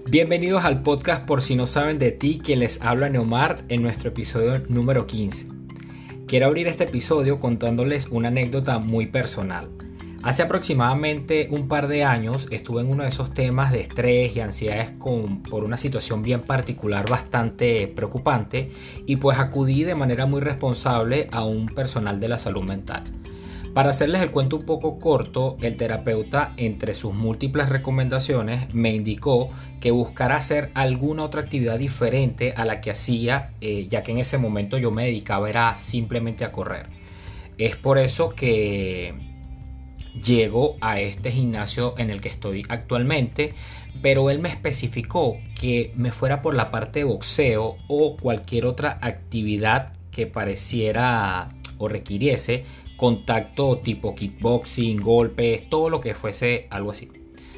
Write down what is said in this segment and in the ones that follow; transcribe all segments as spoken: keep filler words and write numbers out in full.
Bienvenidos al podcast Por si no saben de ti, quien les habla Neomar en nuestro episodio número quince. Quiero abrir este episodio contándoles una anécdota muy personal. Hace aproximadamente un par de años estuve en uno de esos temas de estrés y ansiedades con, por una situación bien particular bastante preocupante y pues acudí de manera muy responsable a un personal de la salud mental. Para hacerles el cuento un poco corto, el terapeuta, entre sus múltiples recomendaciones, me indicó que buscara hacer alguna otra actividad diferente a la que hacía, eh, ya que en ese momento yo me dedicaba era simplemente a correr. Es por eso que llego a este gimnasio en el que estoy actualmente, pero él me especificó que me fuera por la parte de boxeo o cualquier otra actividad que pareciera o requiriese contacto tipo kickboxing, golpes, todo lo que fuese algo así.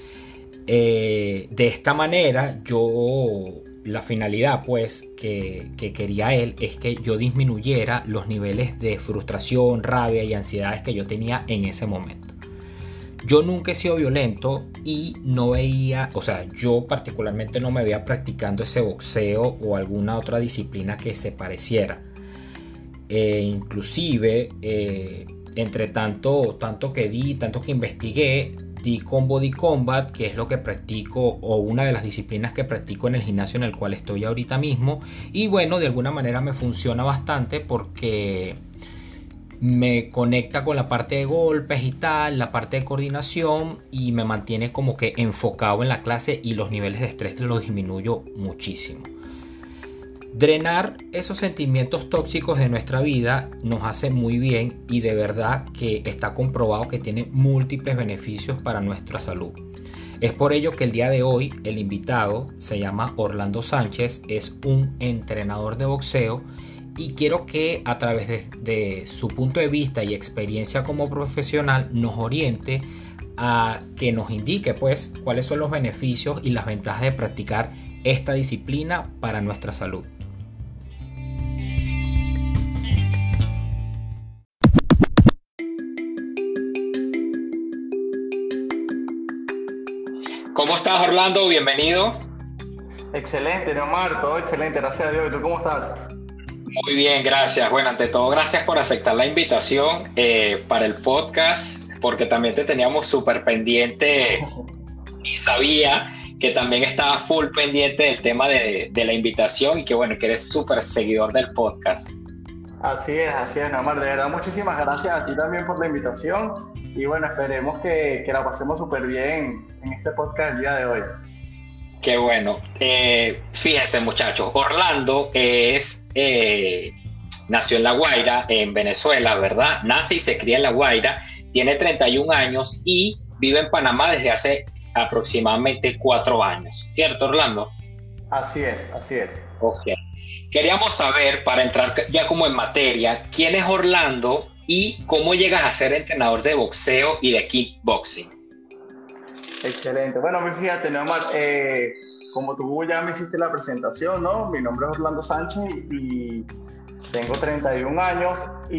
Eh, de esta manera, yo, la finalidad pues que, que quería él es que yo disminuyera los niveles de frustración, rabia y ansiedades que yo tenía en ese momento. Yo nunca he sido violento y no veía, o sea, yo particularmente no me veía practicando ese boxeo o alguna otra disciplina que se pareciera. Eh, inclusive eh, entre tanto, tanto que di, tanto que investigué, di con Body Combat, que es lo que practico o una de las disciplinas que practico en el gimnasio en el cual estoy ahorita mismo, y bueno, de alguna manera me funciona bastante porque me conecta con la parte de golpes y tal, la parte de coordinación, y me mantiene como que enfocado en la clase y los niveles de estrés los disminuyo muchísimo. Drenar esos sentimientos tóxicos de nuestra vida nos hace muy bien y de verdad que está comprobado que tiene múltiples beneficios para nuestra salud. Es por ello que el día de hoy el invitado se llama Orlando Sánchez, es un entrenador de boxeo y quiero que a través de, de su punto de vista y experiencia como profesional nos oriente a que nos indique pues cuáles son los beneficios y las ventajas de practicar esta disciplina para nuestra salud. ¿Cómo estás, Orlando? Bienvenido. Excelente, Neomar, todo excelente, gracias a Dios. ¿Y tú cómo estás? Muy bien, gracias. Bueno, ante todo, gracias por aceptar la invitación eh, para el podcast, porque también te teníamos súper pendiente y sabía que también estaba full pendiente del tema de, de la invitación y que bueno, que eres súper seguidor del podcast. Así es, así es, Neomar. De verdad, muchísimas gracias a ti también por la invitación. Y bueno, esperemos que, que la pasemos súper bien en este podcast el día de hoy. Qué bueno. Eh, fíjense, muchachos, Orlando es, eh, nació en La Guaira, en Venezuela, ¿verdad? Nace y se cría en La Guaira, tiene treinta y un años y vive en Panamá desde hace aproximadamente cuatro años. ¿Cierto, Orlando? Así es, así es. Ok. Queríamos saber, para entrar ya como en materia, ¿quién es Orlando y cómo llegas a ser entrenador de boxeo y de kickboxing? Excelente. Bueno, fíjate, Neomar, eh, como tú ya me hiciste la presentación, ¿no? Mi nombre es Orlando Sánchez y tengo treinta y un años.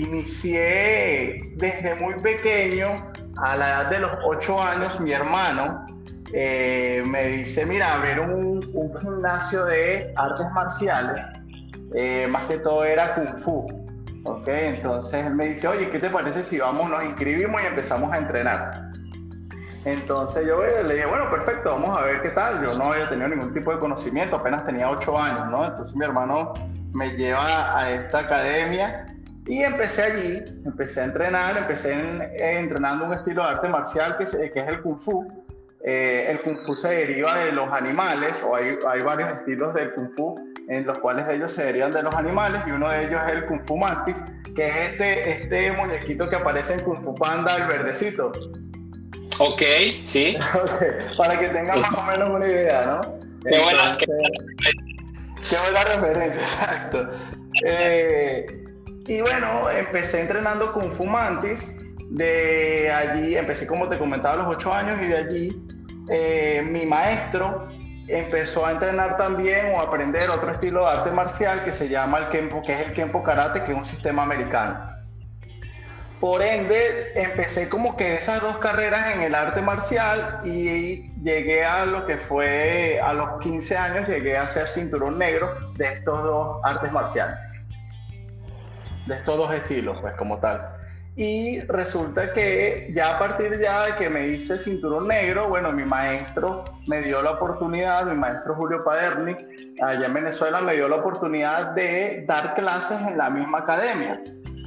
Inicié desde muy pequeño, a la edad de los ocho años, mi hermano eh, me dice, mira, abrir un, un gimnasio de artes marciales, eh, más que todo era Kung Fu. Ok, entonces él me dice, oye, ¿qué te parece si vamos, nos inscribimos y empezamos a entrenar? Entonces yo le dije, bueno, perfecto, vamos a ver qué tal. Yo no había tenido ningún tipo de conocimiento, apenas tenía ocho años, ¿no? Entonces mi hermano me lleva a esta academia y empecé allí, empecé a entrenar, empecé en, eh, entrenando un estilo de arte marcial que, se, que es el Kung Fu. Eh, el Kung Fu se deriva de los animales, o hay, hay varios estilos del Kung Fu, en los cuales ellos se derivan de los animales, y uno de ellos es el Kung Fu Mantis, que es este, este muñequito que aparece en Kung Fu Panda, el verdecito. Ok, sí. Okay, para que tengan más o menos una idea, ¿no? Qué buena, Entonces, qué buena referencia, exacto. Eh, y bueno, empecé entrenando Kung Fu Mantis. De allí, empecé como te comentaba a los ocho años, y de allí eh, mi maestro empezó a entrenar también o a aprender otro estilo de arte marcial que se llama el Kenpo, que es el Kenpo Karate, que es un sistema americano. por ende, empecé como que esas dos carreras en el arte marcial y llegué a lo que fue, a los quince años, llegué a ser cinturón negro de estos dos artes marciales, de estos dos estilos, pues como tal. Y resulta que ya a partir ya de que me hice cinturón negro, bueno, mi maestro me dio la oportunidad, mi maestro Julio Paderni, allá en Venezuela, me dio la oportunidad de dar clases en la misma academia.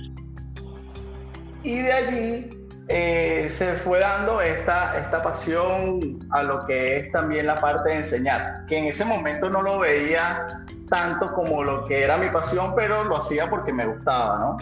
Y de allí eh, se fue dando esta, esta pasión a lo que es también la parte de enseñar, que en ese momento no lo veía tanto como lo que era mi pasión, pero lo hacía porque me gustaba, ¿no?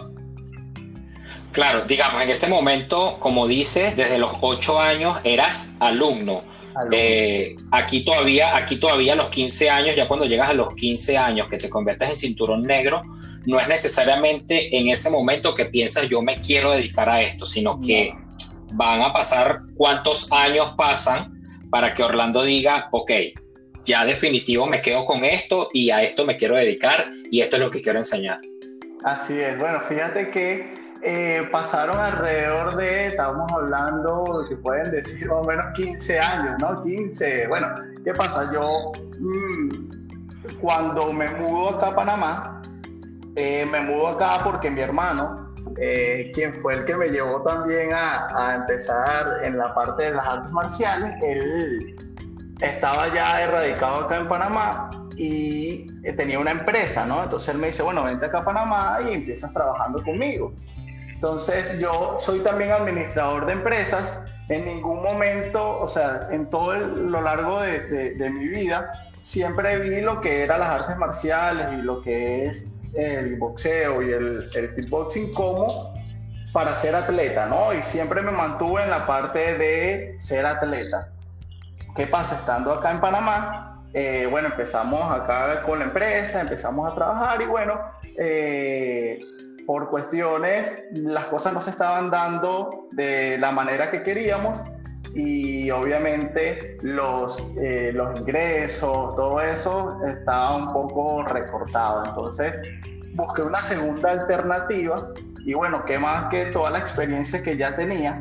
Claro, digamos, en ese momento, como dices, desde los ocho años eras alumno. alumno. Eh, aquí todavía, aquí todavía a los quince años, ya cuando llegas a los quince años que te conviertes en cinturón negro, no es necesariamente en ese momento que piensas yo me quiero dedicar a esto, sino que no. Van a pasar cuántos años pasan para que Orlando diga, ok, ya definitivo me quedo con esto y a esto me quiero dedicar y esto es lo que quiero enseñar. Así es, bueno, fíjate que Eh, pasaron alrededor de, estábamos hablando, que pueden decir más o menos quince años, ¿no? quince, bueno, ¿qué pasa? Yo, mmm, cuando me mudo acá a Panamá, eh, me mudo acá porque mi hermano, eh, quien fue el que me llevó también a, a empezar en la parte de las artes marciales, él estaba ya erradicado acá en Panamá y eh, tenía una empresa, ¿no? Entonces él me dice, bueno, vente acá a Panamá y empiezas trabajando conmigo. Entonces yo soy también administrador de empresas. En ningún momento, o sea, en todo el, lo largo de, de, de mi vida, siempre vi lo que eran las artes marciales y lo que es el boxeo y el, el kickboxing como para ser atleta, ¿no? Y siempre me mantuve en la parte de ser atleta. ¿Qué pasa? Estando acá en Panamá, eh, bueno, empezamos acá con la empresa, empezamos a trabajar y bueno, eh, por cuestiones, las cosas no se estaban dando de la manera que queríamos y obviamente los, eh, los ingresos, todo eso estaba un poco recortado. Entonces busqué una segunda alternativa y bueno, qué más que toda la experiencia que ya tenía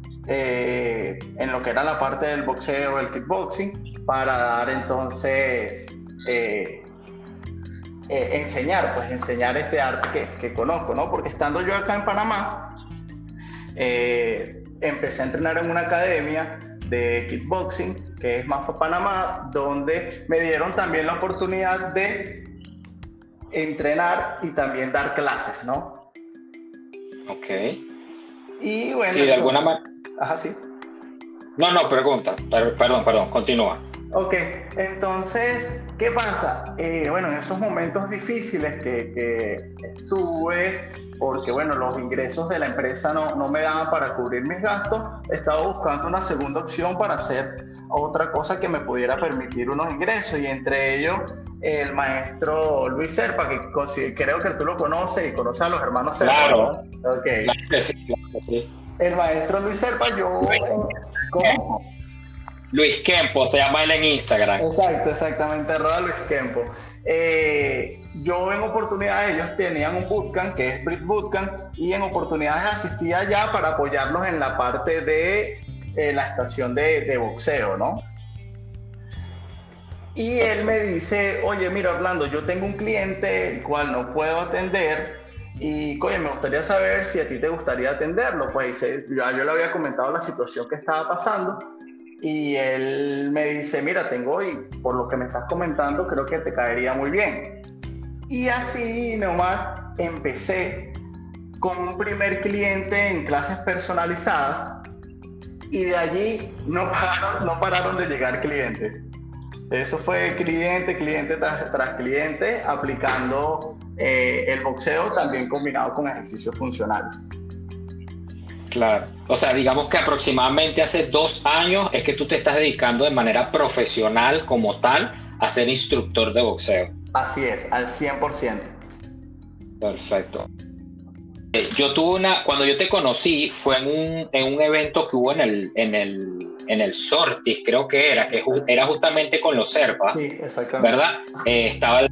eh, en lo que era la parte del boxeo, el kickboxing, para dar entonces... Eh, Eh, enseñar, pues enseñar este arte que, que conozco, ¿no? Porque estando yo acá en Panamá, eh, empecé a entrenar en una academia de kickboxing, que es MAFA Panamá, donde me dieron también la oportunidad de entrenar y también dar clases, ¿no? Ok. Y bueno... Sí, de alguna manera... Ajá, sí. No, no, pregunta. Per- perdón, perdón, continúa. Ok, entonces, ¿qué pasa? Eh, bueno, en esos momentos difíciles que, que estuve, porque bueno, los ingresos de la empresa no, no me daban para cubrir mis gastos, estaba buscando una segunda opción para hacer otra cosa que me pudiera permitir unos ingresos, y entre ellos el maestro Luis Serpa, que creo que tú lo conoces y conoces a los hermanos Serpa. Claro, ¿no? Okay. Claro que sí, claro que sí. El maestro Luis Serpa, yo... ¿Cómo? Luis Kempo se llama él en Instagram. Exacto, exactamente, arroba Luis Kempo. Eh, yo en oportunidades, ellos tenían un bootcamp que es Brit Bootcamp, y en oportunidades asistía allá para apoyarlos en la parte de eh, la estación de, de boxeo, ¿no? Y él me dice, oye, mira Orlando, yo tengo un cliente el cual no puedo atender y, oye, me gustaría saber si a ti te gustaría atenderlo. Pues ya yo le había comentado la situación que estaba pasando. Y él me dice, mira, tengo, y por lo que me estás comentando, creo que te caería muy bien. Y así nomás empecé con un primer cliente en clases personalizadas y de allí no pararon, no pararon de llegar clientes. Eso fue cliente, cliente tras, tras cliente, aplicando eh, el boxeo también combinado con ejercicios funcionales. Claro, o sea, digamos que aproximadamente hace dos años es que tú te estás dedicando de manera profesional como tal a ser instructor de boxeo. Así es, al cien por ciento. Perfecto. Yo tuve una, cuando yo te conocí fue en un, en un evento que hubo en el, en el, en el Sortis, creo que era, que era justamente con los Serpa, sí, exactamente. ¿verdad? Eh, estaba,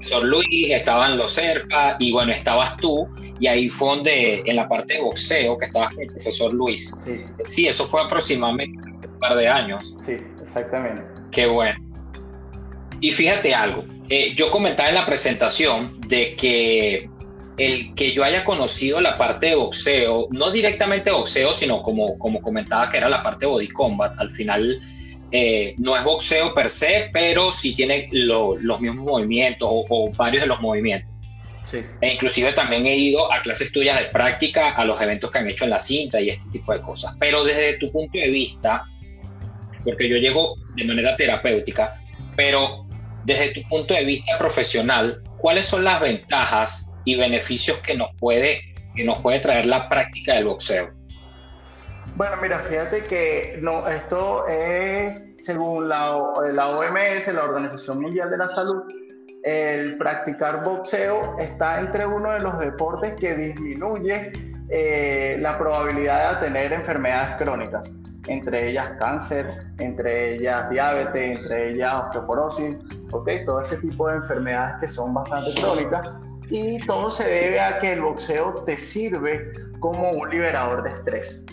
profesor Luis, estaban los Serpa y bueno, estabas tú, y ahí fue donde, en la parte de boxeo, que estabas con el profesor Luis. Sí. Sí, eso fue aproximadamente un par de años. Sí, exactamente. Qué bueno. Y fíjate algo, eh, yo comentaba en la presentación de que el que yo haya conocido la parte de boxeo, no directamente boxeo, sino como, como comentaba que era la parte de body combat, al final eh, no es boxeo per se, pero sí tiene lo, los mismos movimientos o, o varios de los movimientos. Sí. E inclusive también he ido a clases tuyas de práctica, a los eventos que han hecho en la cinta y este tipo de cosas. Pero desde tu punto de vista, porque yo llego de manera terapéutica, pero desde tu punto de vista profesional, ¿cuáles son las ventajas y beneficios que nos puede, que nos puede traer la práctica del boxeo? Bueno, mira, fíjate que no, esto es, según la, la O M S, la Organización Mundial de la Salud, el practicar boxeo está entre uno de los deportes que disminuye eh, la probabilidad de tener enfermedades crónicas, entre ellas cáncer, entre ellas diabetes, entre ellas osteoporosis, ¿okay? Todo ese tipo de enfermedades que son bastante crónicas, y todo se debe a que el boxeo te sirve como un liberador de estrés.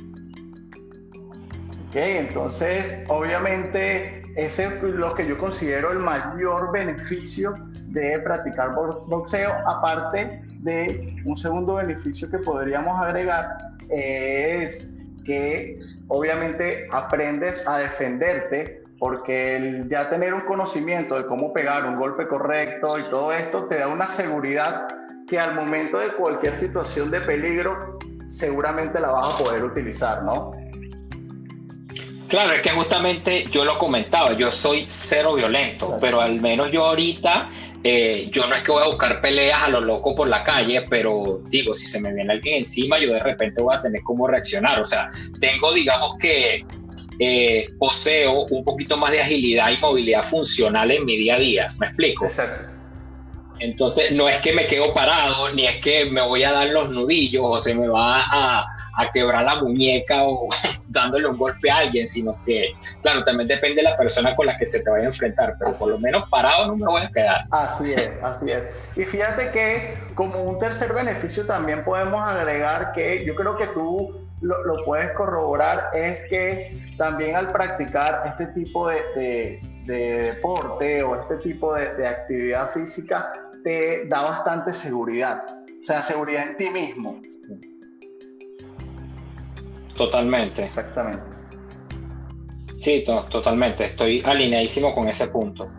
¿Okay? Entonces, obviamente, ese es lo que yo considero el mayor beneficio de practicar boxeo, aparte de un segundo beneficio que podríamos agregar, es que obviamente aprendes a defenderte, porque el ya tener un conocimiento de cómo pegar un golpe correcto y todo esto te da una seguridad que al momento de cualquier situación de peligro seguramente la vas a poder utilizar, ¿no? Claro, es que justamente yo lo comentaba, yo soy cero violento, sí. Pero al menos yo ahorita, eh, yo no es que voy a buscar peleas a lo loco por la calle, pero digo, si se me viene alguien encima, yo de repente voy a tener cómo reaccionar. O sea, tengo, digamos que, eh, poseo un poquito más de agilidad y movilidad funcional en mi día a día, ¿me explico? Exacto. Entonces, no es que me quedo parado, ni es que me voy a dar los nudillos o se me va a, a quebrar la muñeca o dándole un golpe a alguien, sino que, claro, también depende de la persona con la que se te vaya a enfrentar, pero por lo menos parado no me voy a quedar. Así es, así es. Y fíjate que como un tercer beneficio también podemos agregar, que yo creo que tú lo, lo puedes corroborar, es que también al practicar este tipo de, de, de deporte o este tipo de, de actividad física, te da bastante seguridad, o sea, seguridad en ti mismo. Totalmente. Exactamente. Sí, to- totalmente, estoy alineadísimo con ese punto.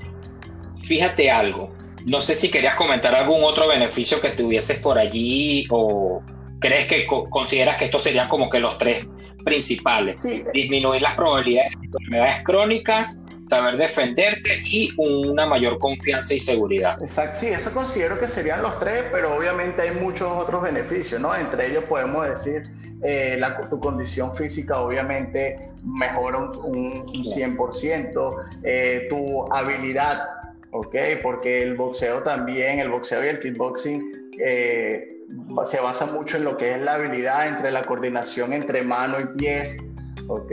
Fíjate algo, no sé si querías comentar algún otro beneficio que tuvieses por allí o crees que co- consideras que estos serían como que los tres principales. Sí. Disminuir las probabilidades de enfermedades crónicas, saber defenderte y una mayor confianza y seguridad. Exacto, sí, eso considero que serían los tres, pero obviamente hay muchos otros beneficios, ¿no? Entre ellos podemos decir, eh, la, tu condición física obviamente mejora un, un, un cien por ciento, eh, tu habilidad, ¿ok? Porque el boxeo también, el boxeo y el kickboxing eh, se basa mucho en lo que es la habilidad, entre la coordinación entre mano y pies. Ok,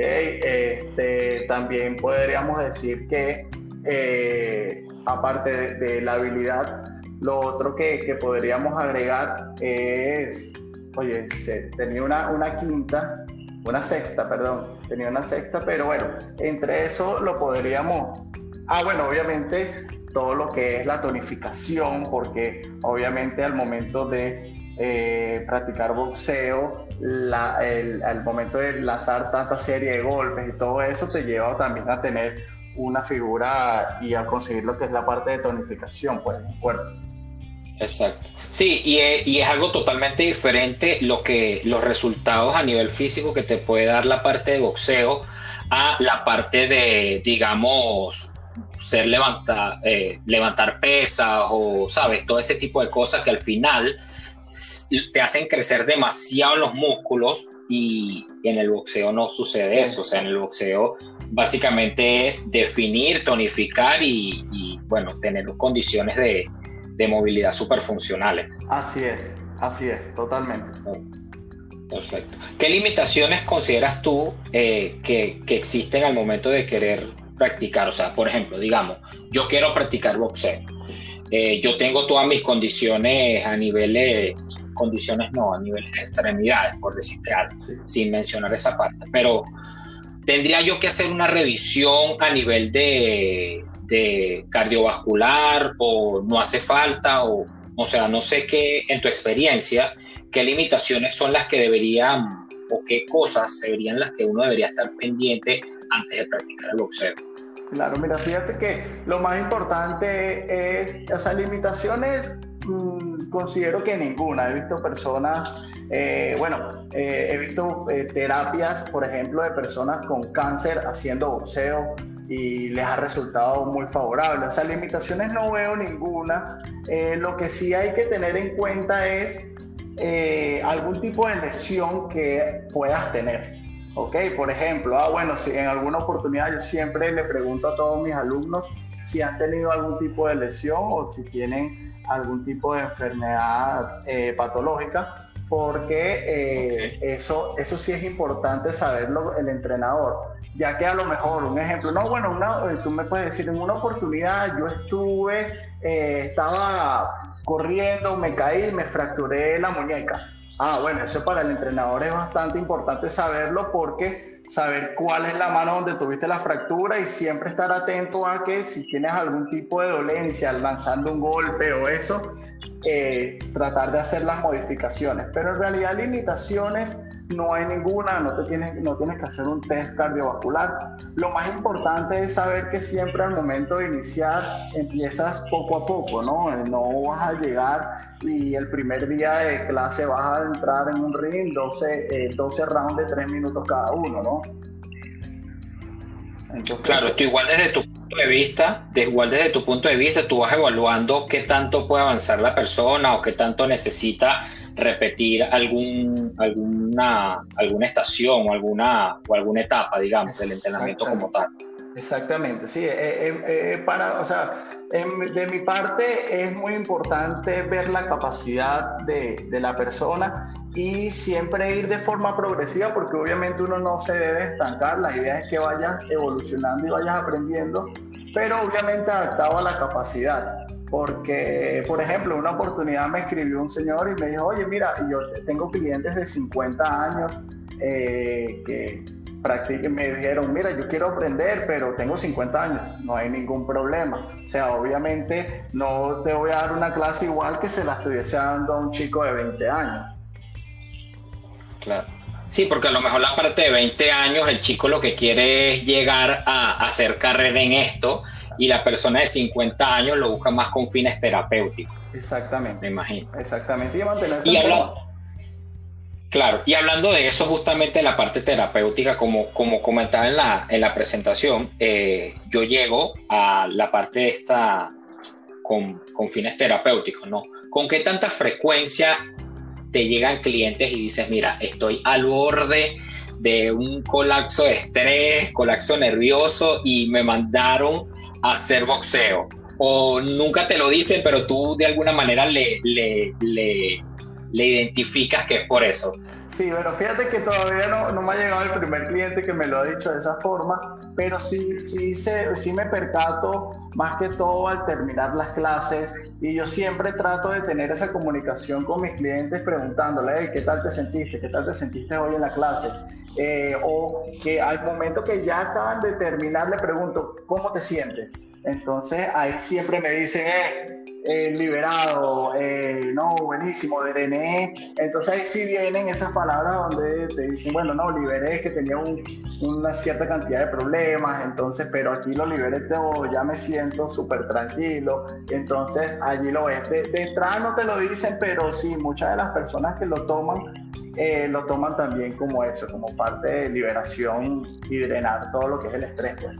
este, también podríamos decir que eh, aparte de, de la habilidad, lo otro que, que podríamos agregar es, oye, se, tenía una, una quinta, una sexta, perdón, tenía una sexta, pero bueno, entre eso lo podríamos, ah bueno, obviamente todo lo que es la tonificación, porque obviamente al momento de eh, practicar boxeo, La, el, al momento de lanzar tanta serie de golpes y todo eso te lleva también a tener una figura y a conseguir lo que es la parte de tonificación, pues, del cuerpo. Exacto. Sí, y es, y es algo totalmente diferente lo que los resultados a nivel físico que te puede dar la parte de boxeo a la parte de, digamos, ser levanta, eh, levantar pesas o, ¿sabes? Todo ese tipo de cosas que al final te hacen crecer demasiado los músculos y en el boxeo no sucede eso. O sea, en el boxeo básicamente es definir, tonificar y, y bueno, tener condiciones de, de movilidad súper funcionales. Así es, así es, totalmente. Perfecto. ¿Qué limitaciones consideras tú eh, que, que existen al momento de querer practicar? O sea, por ejemplo, digamos, yo quiero practicar boxeo. eh, yo tengo todas mis condiciones a niveles, condiciones no, a niveles de extremidades, por decirte algo, sí, sin mencionar esa parte, pero tendría yo que hacer una revisión a nivel de, de cardiovascular, o no hace falta, o, o sea, no sé qué, en tu experiencia, qué limitaciones son las que deberían, o qué cosas serían las que uno debería estar pendiente antes de practicar el boxeo. Claro, mira, fíjate que lo más importante es, o sea, limitaciones, mmm, considero que ninguna. He visto personas, eh, bueno, eh, he visto eh, terapias, por ejemplo, de personas con cáncer haciendo boxeo y les ha resultado muy favorable. O sea, limitaciones no veo ninguna. Eh, lo que sí hay que tener en cuenta es eh, algún tipo de lesión que puedas tener. Ok, por ejemplo, ah, bueno, si en alguna oportunidad yo siempre le pregunto a todos mis alumnos si han tenido algún tipo de lesión o si tienen algún tipo de enfermedad eh, patológica, porque eh, okay. eso, eso sí es importante saberlo el entrenador, ya que a lo mejor, un ejemplo, no, bueno, una, tú me puedes decir, en una oportunidad yo estuve, eh, estaba corriendo, me caí, me fracturé la muñeca. Ah, bueno, eso para el entrenador es bastante importante saberlo, porque saber cuál es la mano donde tuviste la fractura y siempre estar atento a que si tienes algún tipo de dolencia lanzando un golpe o eso, eh, tratar de hacer las modificaciones. Pero en realidad limitaciones no hay ninguna, no, te tienes, no tienes que hacer un test cardiovascular. Lo más importante es saber que siempre al momento de iniciar empiezas poco a poco, ¿no? No vas a llegar y el primer día de clase vas a entrar en un ring, doce, eh, doce rounds de tres minutos cada uno, ¿no? Entonces, claro, tú igual desde tu punto de vista, de igual desde tu punto de vista, tú vas evaluando qué tanto puede avanzar la persona o qué tanto necesita repetir algún, alguna, alguna estación o alguna, o alguna etapa, digamos, del entrenamiento como tal. Exactamente, sí. Eh, eh, para, o sea, en, de mi parte es muy importante ver la capacidad de, de la persona y siempre ir de forma progresiva, porque obviamente uno no se debe estancar. La idea es que vayas evolucionando y vayas aprendiendo, pero obviamente adaptado a la capacidad. Porque, por ejemplo, una oportunidad me escribió un señor y me dijo, oye, mira, yo tengo clientes de cincuenta años eh, que practiquen, me dijeron, mira, yo quiero aprender, pero tengo cincuenta años, no hay ningún problema. O sea, obviamente no te voy a dar una clase igual que se la estuviese dando a un chico de veinte años. Claro. Sí, porque a lo mejor la parte de veinte años, el chico lo que quiere es llegar a hacer carrera en esto, y la persona de cincuenta años lo busca más con fines terapéuticos. Exactamente. Me imagino. Exactamente. Y mantener y habla, Claro, y hablando de eso, justamente la parte terapéutica, como, como comentaba en la, en la presentación, eh, yo llego a la parte de esta con, con fines terapéuticos, ¿no? ¿Con qué tanta frecuencia te llegan clientes y dices, mira, estoy al borde de un colapso de estrés, colapso nervioso y me mandaron a hacer boxeo? O nunca te lo dicen, pero tú de alguna manera le, le, le, le identificas que es por eso. Sí, bueno, fíjate que todavía no, no me ha llegado el primer cliente que me lo ha dicho de esa forma, pero sí, sí, se, sí me percato más que todo al terminar las clases, y yo siempre trato de tener esa comunicación con mis clientes preguntándole, hey, ¿qué tal te sentiste? ¿Qué tal te sentiste hoy en la clase? Eh, o que al momento que ya acaban de terminar le pregunto, ¿cómo te sientes? Entonces ahí siempre me dicen, eh, eh liberado, eh, no, buenísimo, drené. Entonces ahí sí vienen esas palabras donde te dicen, bueno, no, liberé, que tenía un, una cierta cantidad de problemas, entonces, pero aquí lo liberé todo, ya me siento súper tranquilo. Entonces allí lo ves. De, de entrada no te lo dicen, pero sí, muchas de las personas que lo toman, eh, lo toman también como eso, como parte de liberación y drenar todo lo que es el estrés, pues.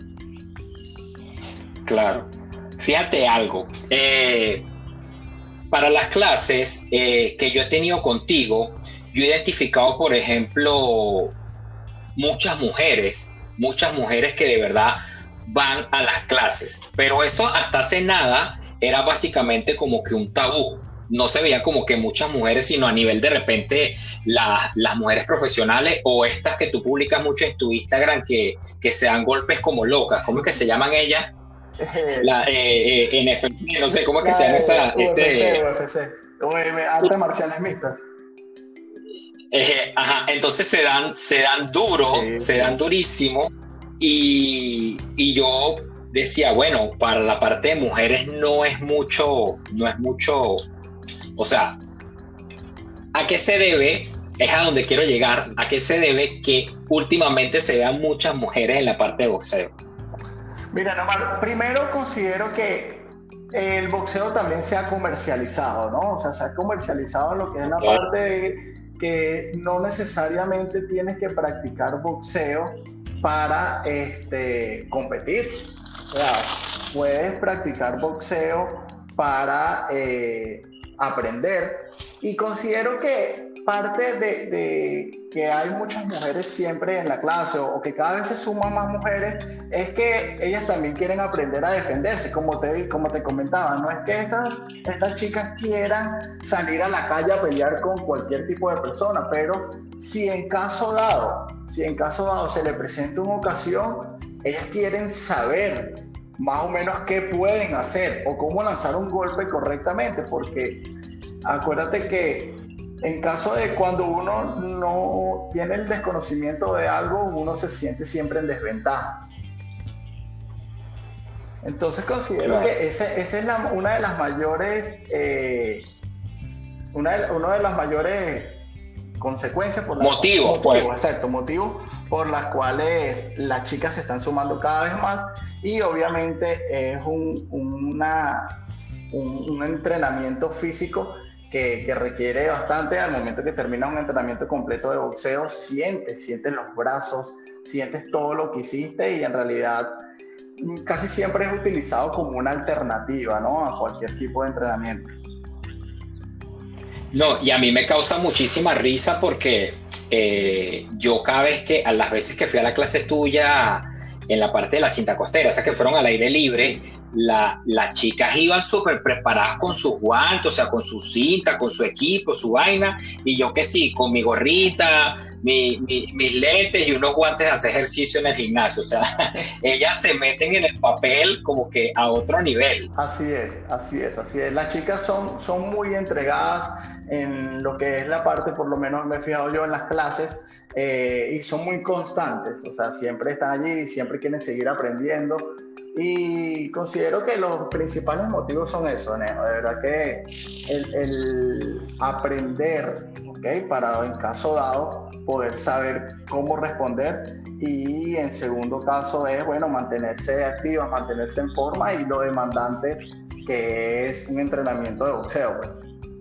Claro. Fíjate algo, eh, para las clases eh, que yo he tenido contigo, yo he identificado, por ejemplo, muchas mujeres, muchas mujeres que de verdad van a las clases, pero eso hasta hace nada era básicamente como que un tabú. No se veía como que muchas mujeres, sino a nivel de repente la, las mujeres profesionales o estas que tú publicas mucho en tu Instagram que, que se dan golpes como locas. ¿Cómo es que se llaman ellas? la eh, eh, N F L, no sé cómo es que se llama esa... U F C, ese, U F C, o artes marciales mixtas. Eh, ajá, entonces se dan, se dan duro, Sí, se sí. dan durísimo y, y yo decía, bueno, para la parte de mujeres no es mucho, no es mucho, o sea, ¿a qué se debe? Es a donde quiero llegar, ¿a qué se debe que últimamente se vean muchas mujeres en la parte de boxeo? Mira, Nomar, primero considero que el boxeo también se ha comercializado, ¿no? O sea, se ha comercializado en lo que es la Okay. parte de que no necesariamente tienes que practicar boxeo para este, competir. O sea, puedes practicar boxeo para eh, aprender. Y considero que parte de, de que hay muchas mujeres siempre en la clase o, o que cada vez se suman más mujeres es que ellas también quieren aprender a defenderse, como te, como te comentaba. No es que estas, estas chicas quieran salir a la calle a pelear con cualquier tipo de persona, pero si en caso dado, si en caso dado se le presenta una ocasión, ellas quieren saber más o menos qué pueden hacer o cómo lanzar un golpe correctamente, porque acuérdate que en caso de cuando uno no tiene el desconocimiento de algo, uno se siente siempre en desventaja. Entonces considero Claro. que esa ese es la, una de las mayores, eh, una de, una de las mayores consecuencias por las Motivos, motivos, pues. exacto, motivos por las cuales las chicas se están sumando cada vez más y obviamente es un, una, un, un entrenamiento físico Que, que requiere bastante. Al momento que terminas un entrenamiento completo de boxeo, sientes, sientes los brazos, sientes todo lo que hiciste y en realidad casi siempre es utilizado como una alternativa, ¿no?, a cualquier tipo de entrenamiento. No, y a mí me causa muchísima risa porque eh, yo cada vez que, a las veces que fui a la clase tuya en la parte de la cinta costera, esas que fueron al aire libre, la, las chicas iban súper preparadas con sus guantes, o sea, con su cinta, con su equipo, su vaina, y yo que sí, con mi gorrita, mi, mi, mis lentes y unos guantes de hacer ejercicio en el gimnasio. O sea, ellas se meten en el papel como que a otro nivel. Así es, así es, así es. Las chicas son, son muy entregadas en lo que es la parte, por lo menos me he fijado yo en las clases, eh, y son muy constantes, o sea, siempre están allí, siempre quieren seguir aprendiendo. Y considero que los principales motivos son eso, Nejo. De verdad que el, el aprender, ¿okay?, para en caso dado poder saber cómo responder, y en segundo caso es, bueno, mantenerse activas, mantenerse en forma y lo demandante que es un entrenamiento de boxeo, pues.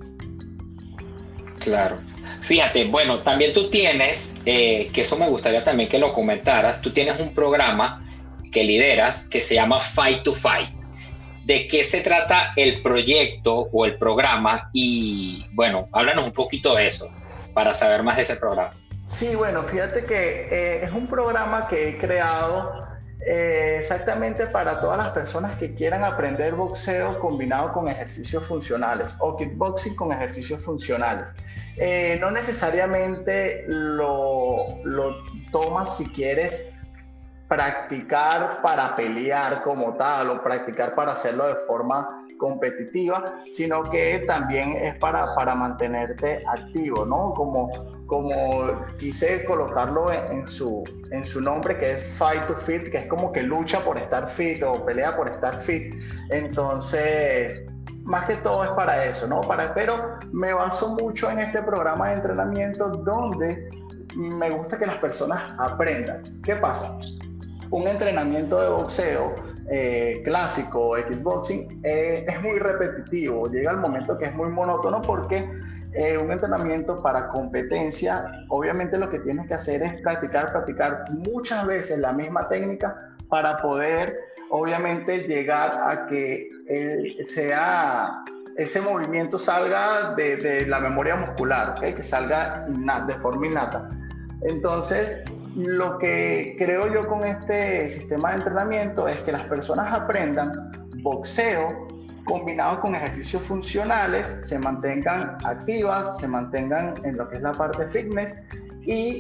Claro. Fíjate, bueno, también tú tienes, eh, que eso me gustaría también que lo comentaras, tú tienes un programa que lideras que se llama Fight to Fight. ¿De qué se trata el proyecto o el programa? Y bueno, háblanos un poquito de eso para saber más de ese programa. Sí, bueno, fíjate que eh, es un programa que he creado eh, exactamente para todas las personas que quieran aprender boxeo combinado con ejercicios funcionales o kickboxing con ejercicios funcionales. Eh, no necesariamente lo, lo tomas si quieres practicar para pelear como tal o practicar para hacerlo de forma competitiva, sino que también es para, para mantenerte activo, ¿no? Como, como quise colocarlo en, en, su, en su nombre, que es Fight to Fit, que es como que lucha por estar fit o pelea por estar fit. Entonces, más que todo es para eso, ¿no? Para, pero me baso mucho en este programa de entrenamiento donde me gusta que las personas aprendan. ¿Qué pasa? Un entrenamiento de boxeo eh, clásico, de kickboxing, eh, es muy repetitivo. Llega el momento que es muy monótono porque eh, un entrenamiento para competencia, obviamente lo que tienes que hacer es practicar, practicar muchas veces la misma técnica para poder, obviamente, llegar a que eh, sea, ese movimiento salga de, de la memoria muscular, ¿okay?, que salga innata, de forma innata. Entonces, lo que creo yo con este sistema de entrenamiento es que las personas aprendan boxeo combinado con ejercicios funcionales, se mantengan activas, se mantengan en lo que es la parte fitness y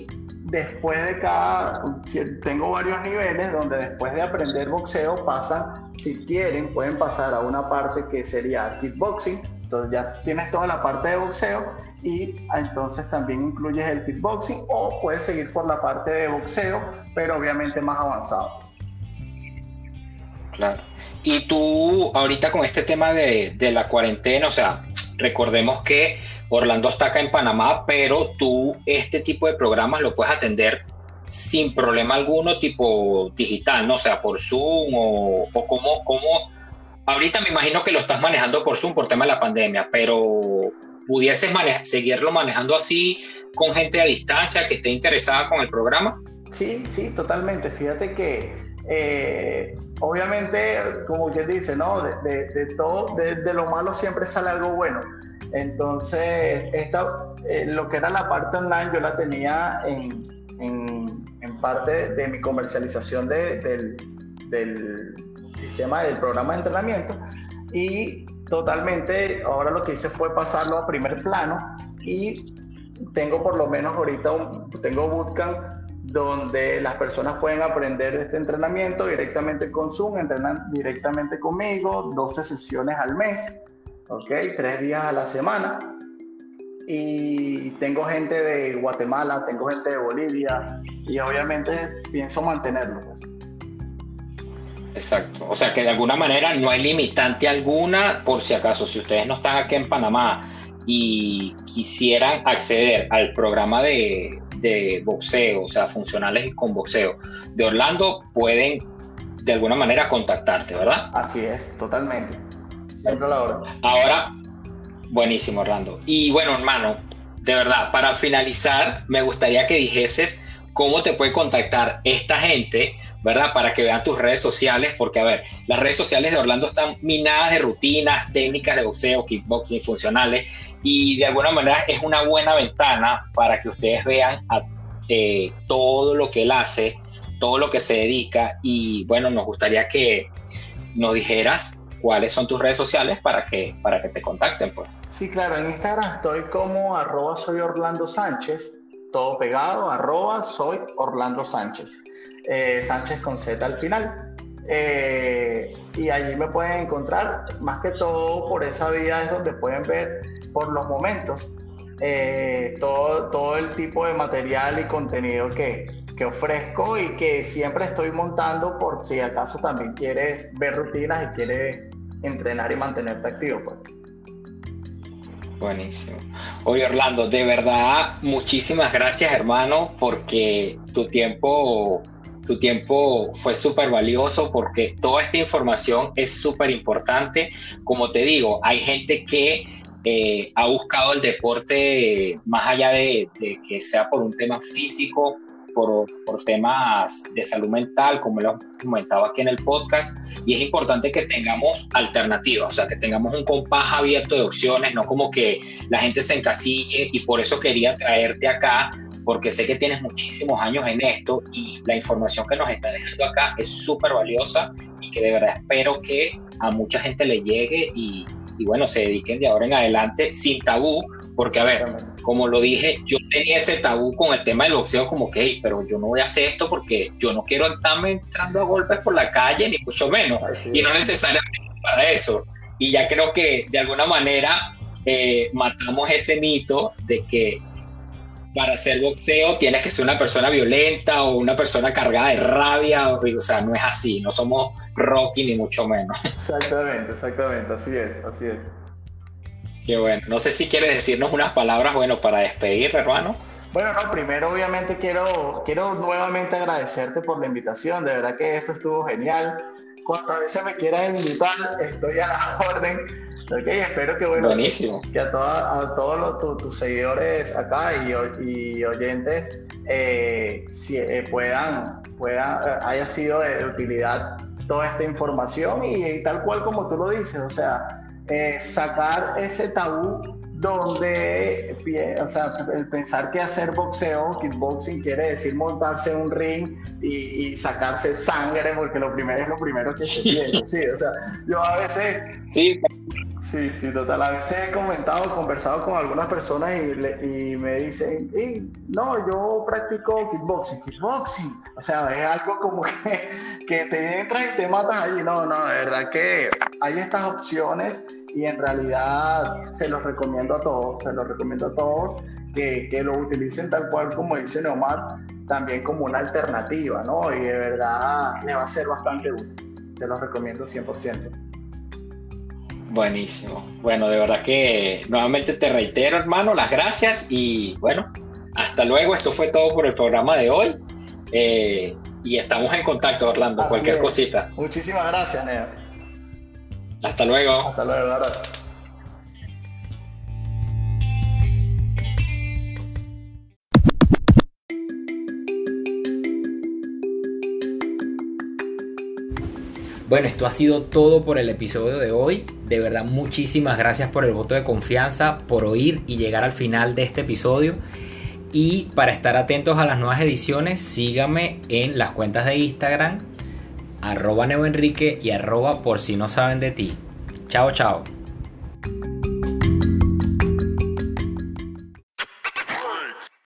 después de cada, tengo varios niveles donde después de aprender boxeo pasan, si quieren, pueden pasar a una parte que sería kickboxing. Entonces ya tienes toda la parte de boxeo y entonces también incluyes el kickboxing, o puedes seguir por la parte de boxeo, pero obviamente más avanzado. Claro. Y tú ahorita con este tema de, de la cuarentena, o sea, recordemos que Orlando está acá en Panamá, pero tú este tipo de programas lo puedes atender sin problema alguno, tipo digital, ¿no? O sea, por Zoom o, o como, como... Ahorita me imagino que lo estás manejando por Zoom por tema de la pandemia, pero ¿pudieses mane- seguirlo manejando así con gente a distancia que esté interesada con el programa? Sí, sí, totalmente. Fíjate que eh, obviamente, como usted dice, ¿no? De, de, de todo, de, de lo malo siempre sale algo bueno. Entonces, esta, eh, lo que era la parte online yo la tenía en, en, en parte de mi comercialización de, del, del sistema del programa de entrenamiento, y totalmente ahora lo que hice fue pasarlo a primer plano, y tengo por lo menos ahorita un, tengo bootcamp donde las personas pueden aprender este entrenamiento directamente con Zoom, entrenan directamente conmigo, doce sesiones al mes, ok, tres días a la semana, y tengo gente de Guatemala, tengo gente de Bolivia, y obviamente pienso mantenerlo, pues. Exacto, o sea que de alguna manera no hay limitante alguna, por si acaso, si ustedes no están aquí en Panamá y quisieran acceder al programa de, de boxeo, o sea, funcionales con boxeo de Orlando, pueden de alguna manera contactarte, ¿verdad? Así es, totalmente, siempre a la hora. Ahora, buenísimo, Orlando. Y bueno, hermano, de verdad, para finalizar, me gustaría que dijeses cómo te puede contactar esta gente, ¿verdad? Para que vean tus redes sociales, porque a ver, las redes sociales de Orlando están minadas de rutinas, técnicas de boxeo, kickboxing, funcionales, y de alguna manera es una buena ventana para que ustedes vean a, eh, todo lo que él hace, todo lo que se dedica, y bueno, nos gustaría que nos dijeras cuáles son tus redes sociales para que, para que te contacten, pues. Sí, claro, en Instagram estoy como arroba soy Orlando Sánchez, todo pegado, arroba soy Orlando Sánchez. Eh, Sánchez con Z al final, eh, y allí me pueden encontrar. Más que todo por esa vía es donde pueden ver por los momentos eh, todo, todo el tipo de material y contenido que, que ofrezco, y que siempre estoy montando por si acaso también quieres ver rutinas y quieres entrenar y mantenerte activo, pues. Buenísimo. Oye, Orlando, de verdad, muchísimas gracias, hermano, porque tu tiempo... Tu tiempo fue súper valioso, porque toda esta información es súper importante. Como te digo, hay gente que eh, ha buscado el deporte más allá de, de que sea por un tema físico, por, por temas de salud mental, como lo hemos comentado aquí en el podcast, y es importante que tengamos alternativas, o sea, que tengamos un compás abierto de opciones, no como que la gente se encasille, y por eso quería traerte acá, porque sé que tienes muchísimos años en esto y la información que nos está dejando acá es súper valiosa, y que de verdad espero que a mucha gente le llegue y, y bueno, se dediquen de ahora en adelante sin tabú, porque a ver, como lo dije, yo tenía ese tabú con el tema del boxeo, como que, hey, pero yo no voy a hacer esto porque yo no quiero estarme entrando a golpes por la calle, ni mucho menos, y no necesariamente para eso. Y ya creo que de alguna manera eh, matamos ese mito de que para hacer boxeo tienes que ser una persona violenta o una persona cargada de rabia, o, o sea, no es así, no somos Rocky ni mucho menos. Exactamente, exactamente, así es, así es. Qué bueno, no sé si quieres decirnos unas palabras, bueno, para despedir, hermano. Bueno, no, primero obviamente quiero, quiero nuevamente agradecerte por la invitación, de verdad que esto estuvo genial. Cuantas veces me quieras invitar, estoy a la orden. Okay, espero que, bueno, buenísimo, que a, toda, a todos los, tu, tus seguidores acá y, y oyentes eh, si, eh, puedan, puedan, haya sido de, de utilidad toda esta información, y, y tal cual como tú lo dices, o sea, eh, sacar ese tabú donde, o sea, el pensar que hacer boxeo, kickboxing, quiere decir montarse en un ring y, y sacarse sangre, porque lo primero es lo primero que se tiene, sí, o sea, yo a veces... Sí. Sí, sí, total. A veces he comentado, conversado con algunas personas y, le- y me dicen, "Ey, no, yo practico kickboxing, kickboxing. O sea, es algo como que, que te entras y te matas allí. No, no, de verdad que hay estas opciones y en realidad se los recomiendo a todos, se los recomiendo a todos que, que lo utilicen tal cual como dice Neomar, también como una alternativa, ¿no? Y de verdad le va a ser bastante útil. Se los recomiendo cien por ciento. Buenísimo. Bueno, de verdad que nuevamente te reitero, hermano, las gracias y bueno, hasta luego. Esto fue todo por el programa de hoy. Eh, y estamos en contacto, Orlando. Así Cualquier es. cosita. Muchísimas gracias, Neo. Hasta luego. Hasta luego, gracias. Bueno, esto ha sido todo por el episodio de hoy. De verdad, muchísimas gracias por el voto de confianza, por oír y llegar al final de este episodio. Y para estar atentos a las nuevas ediciones, síganme en las cuentas de Instagram, arroba neoenrique y arroba por si no saben de ti. Chao, chao.